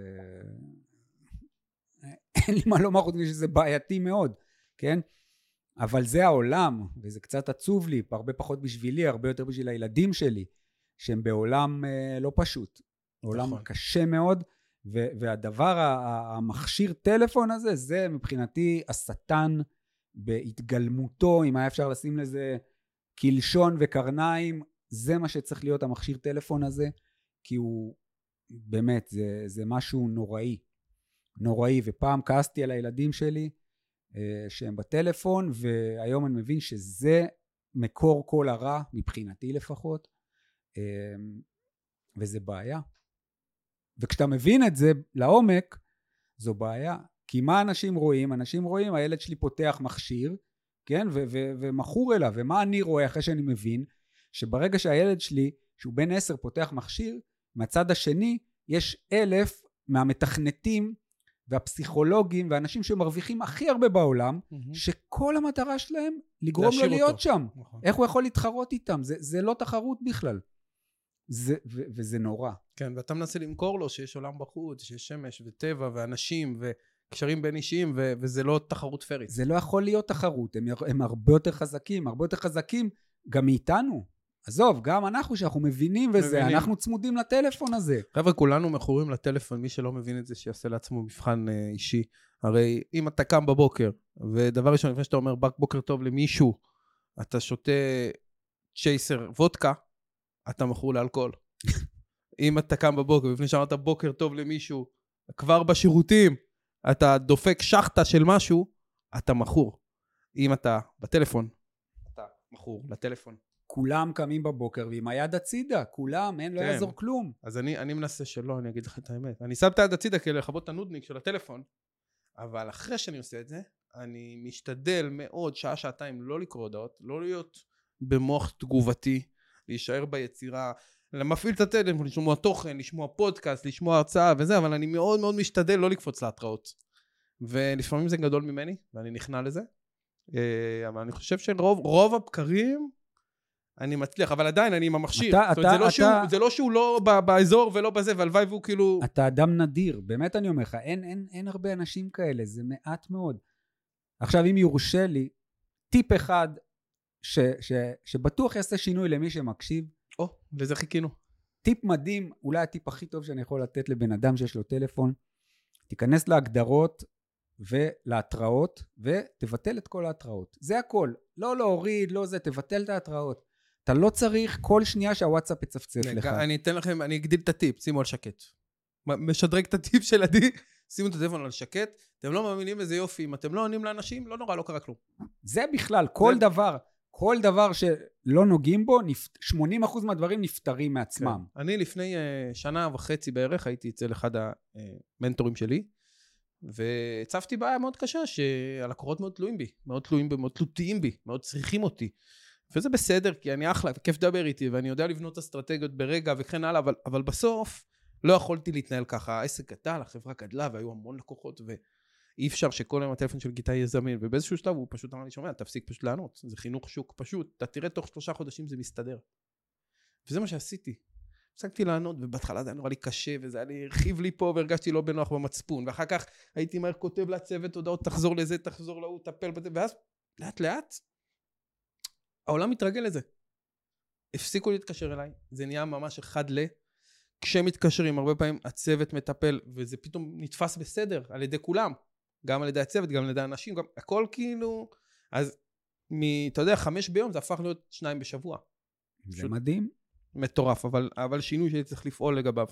אין לי מה לומר חוץ שזה בעייתי מאוד, כן? אבל זה העולם, וזה קצת עצוב לי, הרבה פחות בשבילי, הרבה יותר בשביל הילדים שלי, שהם בעולם לא פשוט, עולם קשה מאוד, והדבר, המכשיר טלפון הזה, זה מבחינתי השטן בהתגלמותו, אם היה אפשר לשים לזה קלשון וקרניים, זה מה שצריך להיות המכשיר טלפון הזה, כי הוא באמת, זה משהו נוראי, נוראי, ופעם כעסתי על הילדים שלי, שהם בטלפון, והיום אני מבין שזה מקור כל הרע, מבחינתי לפחות, וזה בעיה. וכשאתה מבין את זה לעומק, זו בעיה. כי מה אנשים רואים? אנשים רואים, הילד שלי פותח מכשיר, כן? ומכור אליו. ומה אני רואה אחרי שאני מבין? שברגע שהילד שלי, שהוא בן 10, פותח מכשיר, מהצד השני, יש 1,000 מהמתכנתים והפסיכולוגים והאנשים שמרוויחים הכי הרבה בעולם, שכל המטרה שלהם לגרום לו להיות שם. איך הוא יכול להתחרות איתם? זה לא תחרות בכלל. וזה נורא. כן, ואתה מנסה למכור לו שיש עולם בחוץ, שיש שמש וטבע ואנשים וקשרים בין אישיים, וזה לא תחרות פרית. זה לא יכול להיות תחרות, הם הרבה יותר חזקים, הרבה יותר חזקים גם מאיתנו. עזוב, גם אנחנו שאנחנו מבינים וזה, אנחנו צמודים לטלפון הזה. חבר'ה, כולנו מכורים לטלפון, מי שלא מבין את זה שיעשה לעצמו מבחן אישי. הרי אם אתה קם בבוקר, ודבר ראשון, לפני שאתה אומר בוקר טוב למישהו, אתה שותה צ'ייסר וודקה, אתה מכור לאלכוהול. אם אתה קם בבוקר, לפני שאמרת בוקר טוב למישהו, כבר בשירותים, אתה דופק שחטה של משהו, אתה מכור. אם אתה בטלפון, אתה מכור לטלפון. כולם קמים בבוקר ועם היד הצידה, כולם, אין, לא יעזור כלום. אז אני מנסה שלא, אני אגיד לך את האמת. אני שם את היד הצידה כדי לחבות את הנודניק של הטלפון, אבל אחרי שאני עושה את זה, אני משתדל מאוד שעה-שעתיים לא לקרוא הודעות, לא להיות במוח תגובתי, להישאר ביצירה, מפעיל את הטלפון, לשמוע תוכן, לשמוע פודקאסט, לשמוע הרצאה וזה, אבל אני מאוד מאוד משתדל לא לקפוץ להתראות. ולפעמים זה גדול ממני, ואני נכנע לזה. אבל אני חושב שרוב הבקרים, אני מצליח, אבל עדיין אני עם המכשיר. זה לא שהוא לא באזור ולא בזה, והלוואי והוא כאילו... אתה אדם נדיר, באמת אני אומר לך, אין הרבה אנשים כאלה, זה מעט מאוד. עכשיו, אם יורשה לי, טיפ אחד, שבטוח יעשה שינוי למי שמקשיב. לזה חיכינו. טיפ מדהים, אולי הטיפ הכי טוב שאני יכול לתת לבן אדם שיש לו טלפון, תיכנס להגדרות ולהתראות, ותבטל את כל ההתראות. זה הכל. לא להוריד, לא זה, תבטל את ההתראות. אתה לא צריך כל שנייה שהוואטסאפ יצפצף לך. אני אתן לכם, אני אגדיל את הטיפ, שימו על שקט. משדרג את הטיפ של עדי, שימו את הטלפון על שקט, אתם לא מאמינים איזה יופי, אם אתם לא עונים לאנשים, לא נורא, לא קרה כלום. זה בכלל, כל דבר שלא נוגעים בו, 80% מהדברים נפטרים מעצמם. אני לפני שנה וחצי בערך, הייתי אצל אחד המנטורים שלי, והצפתי בעיה מאוד קשה, שהלקוחות מאוד תלויים בי, מאוד תלותיים בי, מאוד צריכים אותי. וזה בסדר, כי אני אחלה, וכיף לדבר איתי, ואני יודע לבנות אסטרטגיות ברגע וכן הלאה, אבל בסוף לא יכולתי להתנהל ככה. העסק גדל, החברה גדלה, והיו המון לקוחות, ואי אפשר שכל היום הטלפון של גיטה יהיה זמין, ובאיזשהו שלב הוא פשוט אמר לי, שומע, תפסיק פשוט לענות, זה חינוך שוק פשוט, אתה תראה תוך 3 חודשים זה מסתדר. וזה מה שעשיתי. הפסקתי לענות, ובהתחלה זה היה נורא לי קשה, וזה היה לי, הרחיב לי פה, והרגשתי לא בנוח במצפון, ואחר כך הייתי מהר כותב לצוות הודעות, תחזור לזה, תחזור להוא, טפל בזה, ואז לאט לאט העולם מתרגל לזה. הפסיקו להתקשר אליי, זה נהיה ממש אחד כשמתקשרים, הרבה פעמים הצוות מטפל, וזה פתאום נתפס בסדר על ידי כולם, גם על ידי הצוות, גם על ידי האנשים, גם הכל כאילו, אז אתה יודע, 5 ביום זה הפך להיות 2 בשבוע. זה מדהים. מטורף, אבל שינוי שאני צריך לפעול לגביו.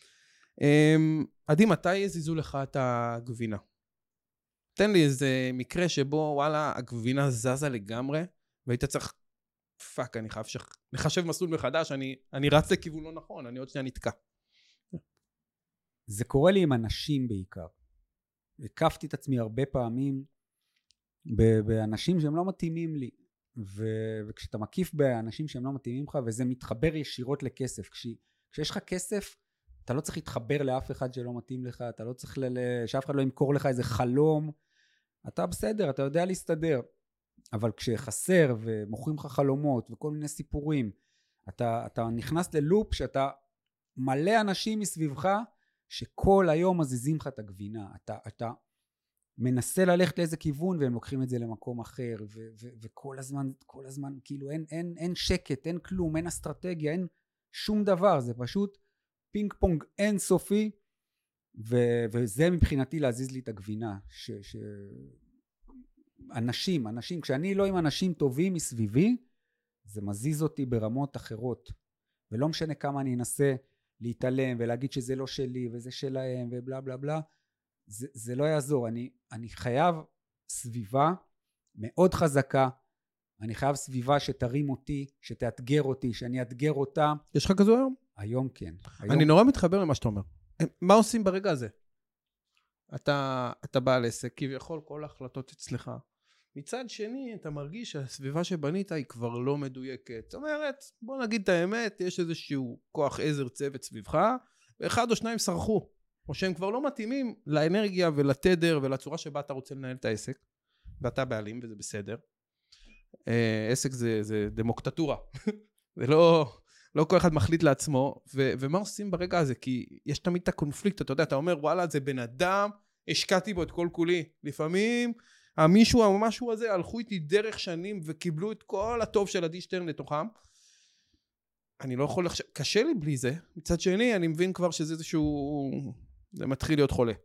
עדי, מתי הזיזו לך את הגבינה? תן לי איזה מקרה שבו, וואלה, הגבינה זזה לגמרי, והיית צריך, פאק, אני חייב לחשב מסלול מחדש, אני רץ לכיוון לא נכון, אני עוד שניה נתקע. זה קורה לי עם אנשים בעיקר. הקפתי את עצמי הרבה פעמים באנשים שהם לא מתאימים לי, וכשאתה מקיף באנשים שהם לא מתאימים לך, וזה מתחבר ישירות לכסף. כשיש לך כסף, אתה לא צריך להתחבר לאף אחד שלא מתאים לך, אתה לא צריך שאף אחד לא ימכור לך איזה חלום, אתה בסדר, אתה יודע להסתדר. אבל כשחסר ומוכרים לך חלומות וכל מיני סיפורים, אתה נכנס ללופ שאתה מלא אנשים מסביבך שכל היום מזיזים לך את הגבינה. אתה מנסה ללכת לאיזה כיוון והם לוקחים את זה למקום אחר, וכל הזמן כאילו אין שקט, אין כלום, אין אסטרטגיה, אין שום דבר, זה פשוט פינג פונג אינסופי, וזה מבחינתי להזיז לי את הגבינה. אנשים, כשאני לא עם אנשים טובים מסביבי, זה מזיז אותי ברמות אחרות, ולא משנה כמה אני אנסה להתעלם ולהגיד שזה לא שלי וזה שלהם ובלה בלה בלה, זה לא יעזור. אני חייב סביבה מאוד חזקה, אני חייב סביבה שתרים אותי, שתאתגר אותי, שאני אאתגר אותה. יש לך כזו היום? היום כן. אני נורא מתחבר למה שאתה אומר. מה עושים ברגע הזה? אתה בעל עסק, כביכול כל ההחלטות אצלך. מצד שני, אתה מרגיש שהסביבה שבנית היא כבר לא מדויקת. זאת אומרת, בוא נגיד את האמת, יש איזשהו כוח עזר צוות סביבך, ואחד או שניים שרחו, או שהם כבר לא מתאימים לאנרגיה ולתדר ולצורה שבה אתה רוצה לנהל את העסק, ואתה בעלים וזה בסדר. עסק זה דמוקטטורה, זה לא כל אחד מחליט לעצמו, ומה עושים ברגע הזה? כי יש תמיד את הקונפליקט, אתה יודע, אתה אומר, וואלה, זה בן אדם, השקעתי בו את כל כולי. לפעמים, המישהו או משהו הזה, הלכו איתי דרך שנים, וקיבלו את כל הטוב של עדי שטרן לתוכם. אני לא יכול לחשב, קשה לי בלי זה. מצד שני, אני מבין כבר שזה איזשהו, זה מתחיל להיות חולה.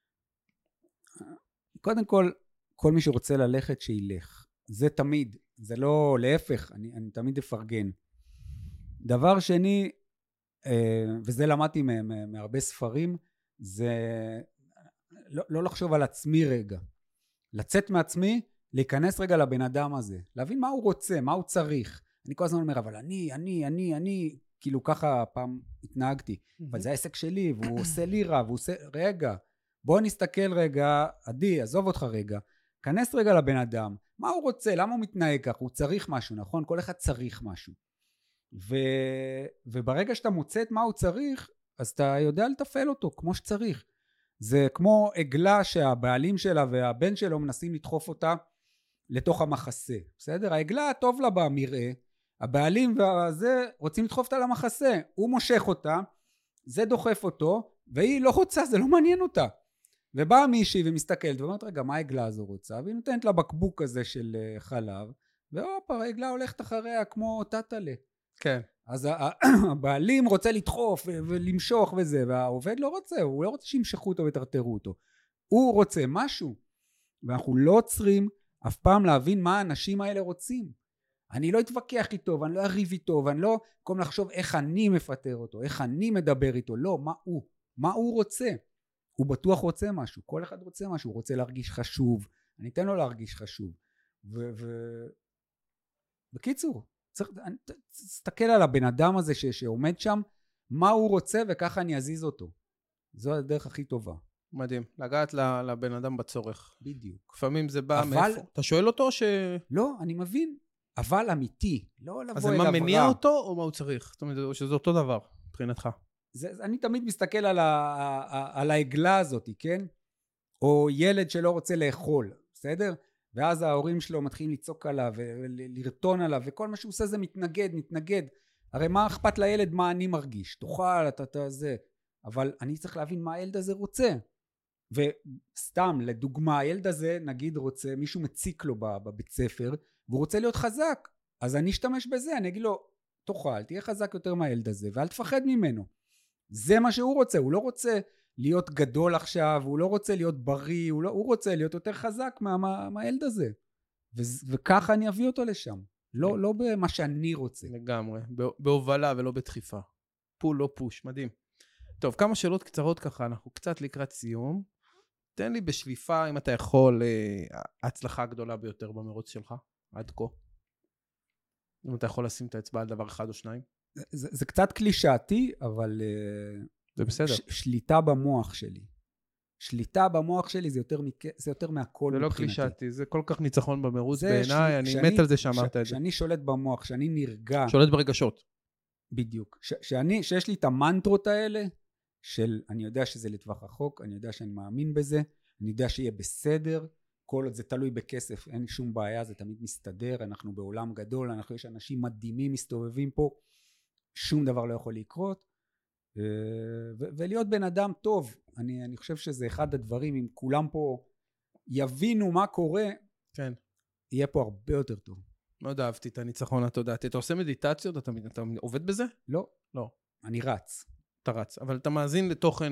קודם כל מי שרוצה ללכת, שילך. זה תמיד, זה לא להפך, אני תמיד אפרגן. דבר שני, וזה למדתי מהרבה ספרים, זה לא לחשוב על עצמי רגע. לצאת מעצמי, להיכנס רגע לבן אדם הזה. להבין מה הוא רוצה, מה הוא צריך. אני כל הזמן אומר, אבל אני, כאילו ככה פעם התנהגתי. אבל זה העסק שלי, והוא עושה לי רע, והוא עושה, רגע, בוא נסתכל רגע, עדי, עזוב אותך רגע. כנס רגע לבן אדם. מה הוא רוצה? למה הוא מתנהג כך? הוא צריך משהו, נכון? כל אחד צריך משהו. וברגע שאתה מוצא את מה הוא צריך, אז אתה יודע לתפעל אותו כמו שצריך. זה כמו עגלה שהבעלים שלה והבן שלו מנסים לדחוף אותה לתוך המחסה, בסדר? העגלה טוב לה במראה, הבעלים והזה רוצים לדחוף אותה למחסה, הוא מושך אותה, זה דוחף אותו, והיא לא רוצה, זה לא מעניין אותה. ובאה מישהי ומסתכלת ואומרת, רגע, מה העגלה הזו רוצה? והיא נותנת לה בקבוק הזה של חלב, והופה, העגלה הולכת אחריה כמו טטלה. כן. אז הבעלים רוצה לדחוף ולמשוך וזה, והעובד לא רוצה, הוא לא רוצה שימשכו אותו וטרטרו אותו. הוא רוצה משהו, ואנחנו לא עוצרים אף פעם להבין מה האנשים האלה רוצים. אני לא אתווכח איתו, ואני לא אריב איתו, ואני לא קום לחשוב איך אני מפטר אותו, איך אני מדבר איתו, לא, מה הוא רוצה. הוא בטוח רוצה משהו, כל אחד רוצה משהו, הוא רוצה להרגיש חשוב, אני אתן לו להרגיש חשוב. בקיצור, צריך להסתכל על הבן אדם הזה שעומד שם, מה הוא רוצה וככה אני אזיז אותו. זו הדרך הכי טובה. מדהים, לגעת לבן אדם בצורך. בדיוק. לפעמים זה בא מאיפה. אתה שואל אותו לא, אני מבין. אבל אמיתי, לא לבוא אליו רע. אז מה מניע אותו או מה הוא צריך? זאת אומרת, או שזה אותו דבר, מבחינתך. אני תמיד מסתכל על העגלה הזאת, כן? או ילד שלא רוצה לאכול, בסדר? ואז ההורים שלו מתחילים לצעוק עליו ולרטון עליו, וכל מה שהוא עושה זה מתנגד. הרי מה אכפת לילד מה אני מרגיש? תאכל, אתה זה. אבל אני צריך להבין מה הילד הזה רוצה. וסתם, לדוגמה, הילד הזה נגיד רוצה, מישהו מציק לו בבית ספר, והוא רוצה להיות חזק. אז אני אשתמש בזה, אני אגיד לו, תאכל, תהיה חזק יותר מהילד הזה, ואל תפחד ממנו. זה מה שהוא רוצה, הוא לא רוצה להיות גדול עכשיו, הוא לא רוצה להיות בריא, הוא רוצה להיות יותר חזק מהילד הזה. וככה אני אביא אותו לשם. לא במה שאני רוצה. לגמרי, בהובלה ולא בדחיפה. פול לא פוש, מדהים. טוב, כמה שאלות קצרות ככה, אנחנו קצת לקראת סיום. תן לי בשליפה, אם אתה יכול, ההצלחה הגדולה ביותר במרוץ שלך, עד כה. אם אתה יכול לשים את האצבע על דבר אחד או שניים. זה קצת קלישאתי, אבל זה בסדר. שליטה במוח שלי. שליטה במוח שלי זה יותר מהכל מבחינתי. זה לא קלישאתי, זה כל כך ניצחון במרוץ בעיניי, אני מת על זה שאמרת את זה. שאני שולט במוח, שאני נרגע. שולט ברגשות. בדיוק. שיש לי את המנטרות האלה, של אני יודע שזה לטווח רחוק, אני יודע שאני מאמין בזה, אני יודע שיהיה בסדר, כל עוד זה תלוי בכסף, אין שום בעיה, זה תמיד מסתדר, אנחנו בעולם גדול, יש אנשים מדהימים מסתובבים פה, שום דבר לא יכול לקרות, ולהיות בן אדם טוב, אני חושב שזה אחד הדברים, אם כולם פה יבינו מה קורה, כן. יהיה פה הרבה יותר טוב. מאוד אהבתי את הניצחון התודעתי. אתה עושה מדיטציות? אתה עובד בזה? לא. לא. אני רץ. אתה רץ, אבל אתה מאזין לתוכן...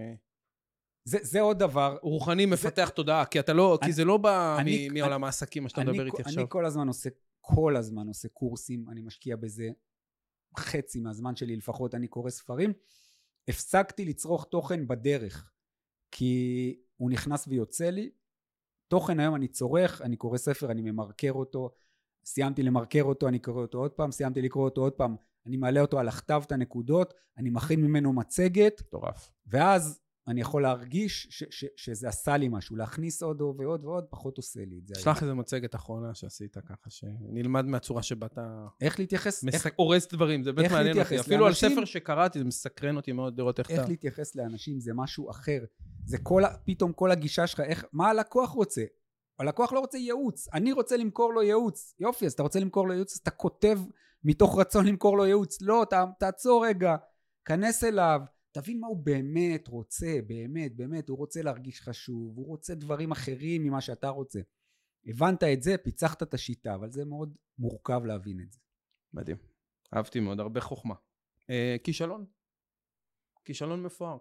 זה עוד דבר. רוחני מפתח תודעה, כי אתה לא, כי זה לא בא מעולם העסקים, מה שאתה מדבר איתי עכשיו. אני כל הזמן עושה קורסים, אני משקיע בזה חצי מהזמן שלי לפחות, אני קורא ספרים. הפסקתי לצרוך תוכן בדרך, כי הוא נכנס ויוצא לי. תוכן היום אני צורך, אני קורא ספר, אני ממרקר אותו, סיימתי למרקר אותו, אני קורא אותו עוד פעם, סיימתי לקרוא אותו עוד פעם, אני מעלה אותו על הכתב את הנקודות, אני מכין ממנו מצגת, טורף. ואז אני יכול להרגיש שזה עשה לי משהו, להכניס עוד ועוד ועוד, פחות עושה לי את זה. שלח איזה מצגת אחרונה שעשית ככה, שנלמד מהצורה שבה אתה... איך להתייחס? הורס דברים, זה באמת מעניין אותי. אפילו על ספר שקראתי, זה מסקרן אותי מאוד לראות איך אתה... איך להתייחס לאנשים, זה משהו אחר. זה פתאום כל הגישה שלך, מה הלקוח רוצה? הלקוח לא רוצה ייעוץ, אני רוצה למכור לו ייעוץ. יופי, אז אתה רוצה למכור לו ייעוץ, אז אתה כותב מתוך רצון למכור לו ייעוץ. לא, תעצור רגע, כנס אליו, תבין מה הוא באמת רוצה, באמת, הוא רוצה להרגיש חשוב, הוא רוצה דברים אחרים ממה שאתה רוצה. הבנת את זה, פיצחת את השיטה, אבל זה מאוד מורכב להבין את זה. מדהים, אהבתי מאוד, הרבה חוכמה. כישלון? כישלון מפואר?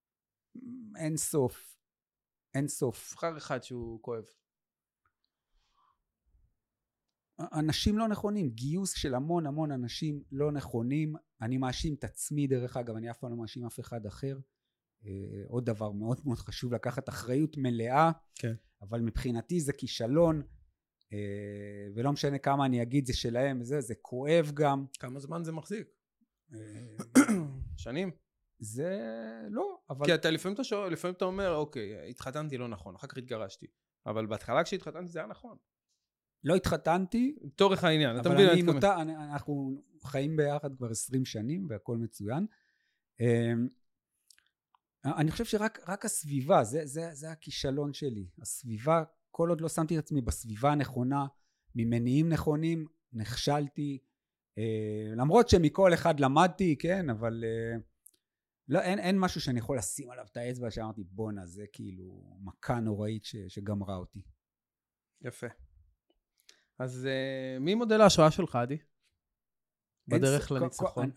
אין סוף. בחר אחד שהוא כואב. אנשים לא נכונים, גיוס של המון אנשים לא נכונים, אני מאשים את עצמי דרך אגב, אני אף פעם לא מאשים אף אחד אחר, עוד דבר מאוד מאוד חשוב, לקחת אחריות מלאה, כן. אבל מבחינתי זה כישלון, ולא משנה כמה אני אגיד זה שלהם, זה כואב גם. כמה זמן זה מחזיק? שנים? זה לא, אבל... כי אתה לפעמים אתה אומר, אוקיי, התחתנתי לא נכון, אחר כך התגרשתי, אבל בהתחלה כשהתחתנתי זה היה נכון. לא התחתנתי, תורך העניין, אתה אבל מבין? אנחנו חיים ביחד כבר 20 שנים, והכל מצוין. אני חושב שרק הסביבה, זה הכישלון שלי. הסביבה, כל עוד לא שמתי את עצמי בסביבה הנכונה, ממניעים נכונים, נכשלתי, למרות שמכל אחד למדתי, כן, אבל לא, אין משהו שאני יכול לשים עליו את האצבע, שאמרתי, בונה, זה כאילו מכה נוראית שגמרה אותי. יפה. אז מי מודל ההשראה שלך, עדי? בדרך לניצחון.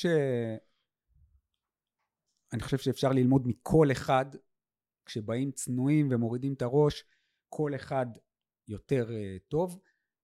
אני חושב שאפשר ללמוד מכל אחד, כשבאים צנועים ומורידים את הראש, כל אחד יותר טוב,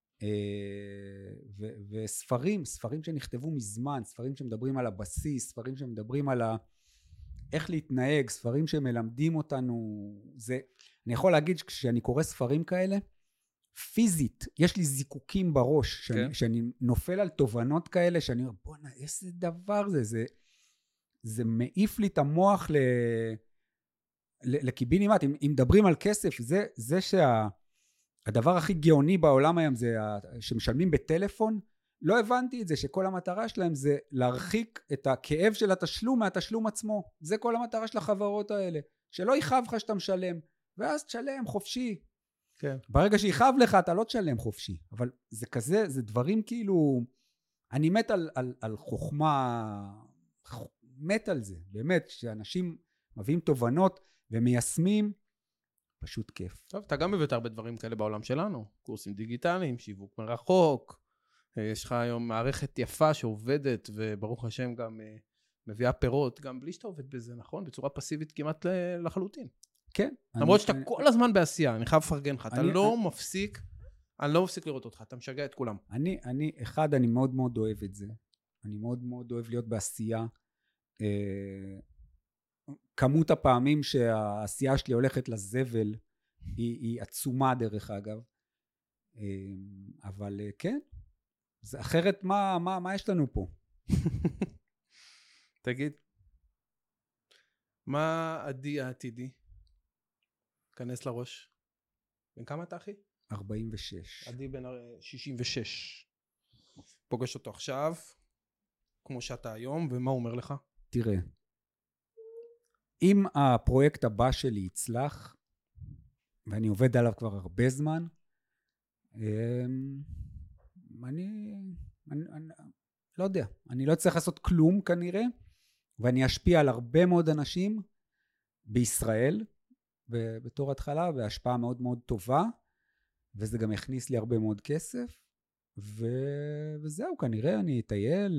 וספרים שנכתבו מזמן, ספרים שמדברים על הבסיס, ספרים שמדברים על איך להתנהג, ספרים שמלמדים אותנו, אני יכול להגיד שכשאני קורא ספרים כאלה, פיזית, יש לי זיקוקים בראש, שאני נופל על תובנות כאלה, שאני אומר, בוא'נה, איזה דבר זה מעיף לי את המוח לקיבינימט. אם מדברים על כסף, זה שהדבר הכי גאוני בעולם היום, זה שמשלמים בטלפון, לא הבנתי את זה, שכל המטרה שלהם זה להרחיק את הכאב של התשלום מהתשלום עצמו. זה כל המטרה של החברות האלה, שלא יכאב לך שאתה משלם, ואז תשלם חופשי. כן. ברגע שיכאב לך אתה לא תשלם חופשי, אבל זה כזה, זה דברים כאילו, אני מת על חוכמה, מת על זה, באמת, שאנשים מביאים תובנות ומיישמים, פשוט כיף. טוב, אתה גם הבאת הרבה דברים כאלה בעולם שלנו, קורסים דיגיטליים, שיווק מרחוק, יש לך היום מערכת יפה שעובדת, וברוך השם גם מביאה פירות, גם בלי שאתה עובד בזה, נכון? בצורה פסיבית כמעט לחלוטין. כן. למרות שאתה כל הזמן בעשייה, אני חייב לפרגן לך, אתה לא מפסיק, אני לא מפסיק לראות אותך, אתה משגע את כולם. אני מאוד מאוד אוהב את זה, אני מאוד מאוד אוהב להיות בעשייה, כמות הפעמים שהעשייה שלי הולכת לזבל, היא עצומה דרך אגב, אבל כן, זה אחרת מה יש לנו פה? תגיד, מה עדי העתידי? כנס לראש. בן כמה אתה אחי? 46. עדי בן 66. פוגש אותו עכשיו, כמו שאתה היום, ומה הוא אומר לך? תראה, אם הפרויקט הבא שלי יצלח, ואני עובד עליו כבר הרבה זמן, אני לא יודע, אני לא צריך לעשות כלום כנראה, ואני אשפיע על הרבה מאוד אנשים בישראל, ובתור התחלה, והשפעה מאוד מאוד טובה, וזה גם יכניס לי הרבה מאוד כסף, וזהו, כנראה אני אטייל,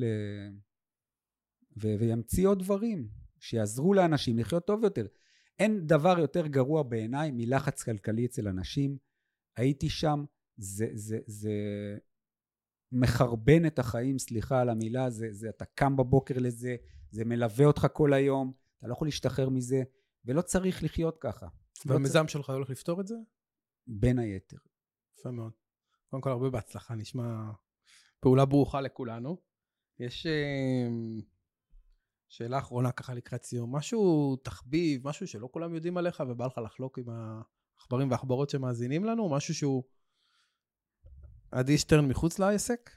וימציא עוד דברים, שיעזרו לאנשים לחיות טוב יותר. אין דבר יותר גרוע בעיניי מלחץ כלכלי אצל אנשים, הייתי שם, זה מחרבן את החיים, סליחה על המילה, אתה קם בבוקר לזה, זה מלווה אותך כל היום, אתה לא יכול להשתחרר מזה, ולא צריך לחיות ככה. והמיזם שלך הולך לפתור את זה? בין היתר. יפה מאוד. קודם כל הרבה בהצלחה, נשמע פעולה ברוכה לכולנו. יש שאלה אחרונה ככה לקראת סיום, משהו תחביב, משהו שלא כולם יודעים עליך ובא לך לחלוק עם העכברים והעכברות שמאזינים לנו, משהו שהוא עדי שטרן מחוץ לעסק?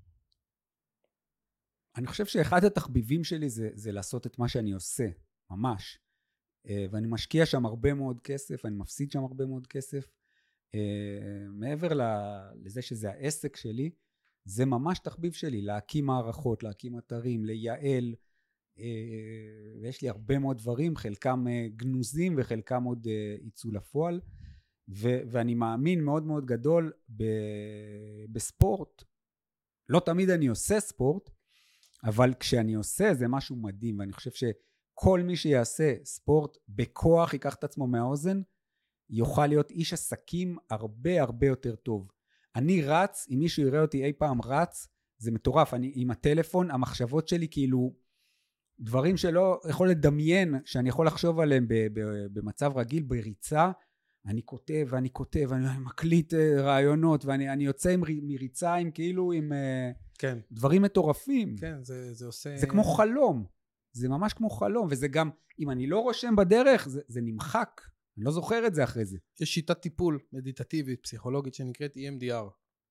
אני חושב שאחד התחביבים שלי זה לעשות את מה שאני עושה, ממש. ואני משקיע שם הרבה מאוד כסף, אני מפסיד שם הרבה מאוד כסף. מעבר לזה שזה העסק שלי, זה ממש תחביב שלי, להקים מערכות, להקים אתרים, לייעל, ויש לי הרבה מאוד דברים, חלקם גנוזים וחלקם עוד יצאו לפועל, ואני מאמין מאוד מאוד גדול בספורט. לא תמיד אני עושה ספורט, אבל כשאני עושה זה משהו מדהים, ואני חושב שכל מי שיעשה ספורט בכוח, ייקח את עצמו מהאוזן, יוכל להיות איש עסקים הרבה הרבה יותר טוב. אני רץ, אם מישהו יראה אותי אי פעם רץ, זה מטורף, אני עם הטלפון, המחשבות שלי כאילו, דברים שלא יכול לדמיין, שאני יכול לחשוב עליהם במצב רגיל, בריצה, אני כותב ואני כותב, אני מקליט רעיונות, ואני יוצא מריצה עם כאילו, עם כן. דברים מטורפים. כן, זה עושה... זה כמו חלום, זה ממש כמו חלום, וזה גם, אם אני לא רושם בדרך, זה נמחק, אני לא זוכר את זה אחרי זה. יש שיטת טיפול מדיטטיבית, פסיכולוגית, שנקראת EMDR.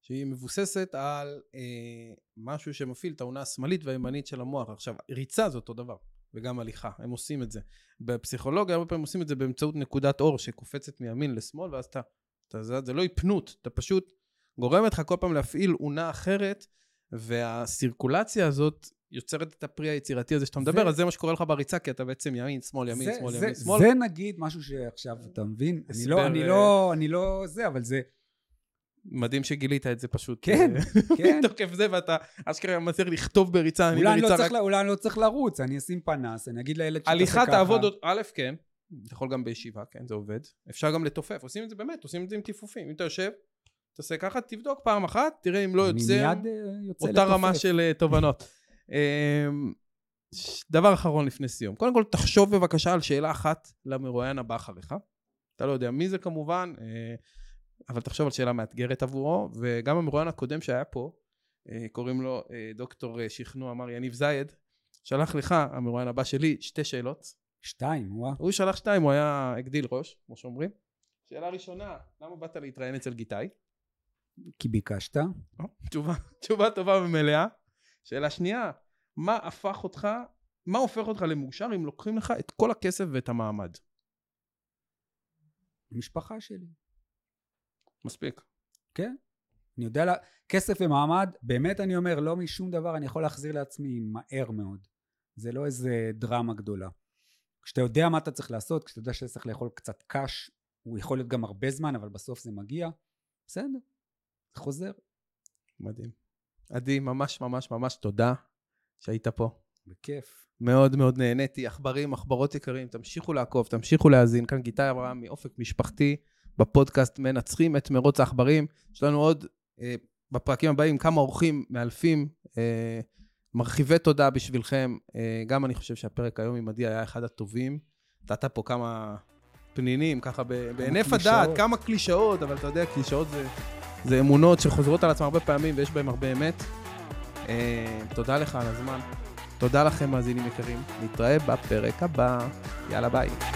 שהיא מבוססת על משהו שמפעיל את העונה השמאלית והימנית של המוח. עכשיו, ריצה זה אותו דבר, וגם הליכה, הם עושים את זה. בפסיכולוגיה, הרבה פעמים עושים את זה באמצעות נקודת אור שקופצת מימין לשמאל, ואז זה לא היפנות, אתה פשוט גורם לך כל פעם להפעיל עונה אחרת, והסירקולציה הזאת יוצרת את הפרי היצירתי הזה שאתה מדבר, אז זה מה שקורה לך בריצה, כי אתה בעצם ימין, שמאל, ימין, שמאל, ימין, שמאל. זה נגיד משהו שעכשיו, אתה מבין? אני לא זה, אבל זה... מדהים שגילית את זה פשוט. כן, כן. תוקף זה, ואתה אשכרה מצליח לכתוב בריצה. אולי אני לא צריך לרוץ, אני אשים פנס, אני אגיד לילד שתעשה ככה. הליכה תעבוד, א', כן, אתה יכול גם בישיבה, כן, זה עובד. אפשר גם לתופף, עושים את זה באמת, עושים את זה עם טיפופים. אם אתה יושב, תעשה ככה, תבדוק פעם אחת, תראה אם לא יוצא אותה רמה של תובנות. דבר אחרון לפני סיום. קודם כל, תחשוב בבקשה על שאלה אחת למרואיין הבא אחריך. אתה לא יודע מי זה כמובן, אבל תחשוב על שאלה מאתגרת עבורו, וגם המרואיין הקודם שהיה פה, קוראים לו דוקטור שכנוע, אמר יניב זייד, שלח לך, המרואיין הבא שלי, 2 שאלות. 2, וואו. הוא שלח 2, הוא היה הגדיל ראש, כמו שאומרים. שאלה ראשונה, למה באת להתראיין אצל גיטאי? כי ביקשת. תשובה טובה ומלאה. שאלה שנייה, מה הופך אותך למאושר אם לוקחים לך את כל הכסף ואת המעמד? המשפחה שלי. מספיק. כן. אני יודע, כסף ומעמד, באמת אני אומר, לא משום דבר אני יכול להחזיר לעצמי מהר מאוד. זה לא איזה דרמה גדולה. כשאתה יודע מה אתה צריך לעשות, כשאתה יודע שאתה צריך לאכול קצת קש, הוא יכול להיות גם הרבה זמן, אבל בסוף זה מגיע. בסדר. זה חוזר. מדהים. עדי, ממש ממש ממש תודה שהיית פה. בכיף. מאוד מאוד נהניתי. עכברים, עכברות יקרים, תמשיכו לעקוב, תמשיכו להאזין. כאן גיטאי אברהם מאופק משפחתי, בפודקאסט מנצחים את מרוץ העכברים. יש לנו עוד בפרקים הבאים כמה אורחים מאלפים, מרחיבי תודה בשבילכם. גם אני חושב שהפרק היום עם עדי היה אחד הטובים. נתת פה כמה פנינים, ככה בעינף הדעת, כמה קלישאות, אבל אתה יודע, קלישאות זה אמונות שחוזרות על עצמם הרבה פעמים ויש בהם הרבה אמת. תודה לך על הזמן. תודה לכם מאזינים יקרים. נתראה בפרק הבא. יאללה ביי.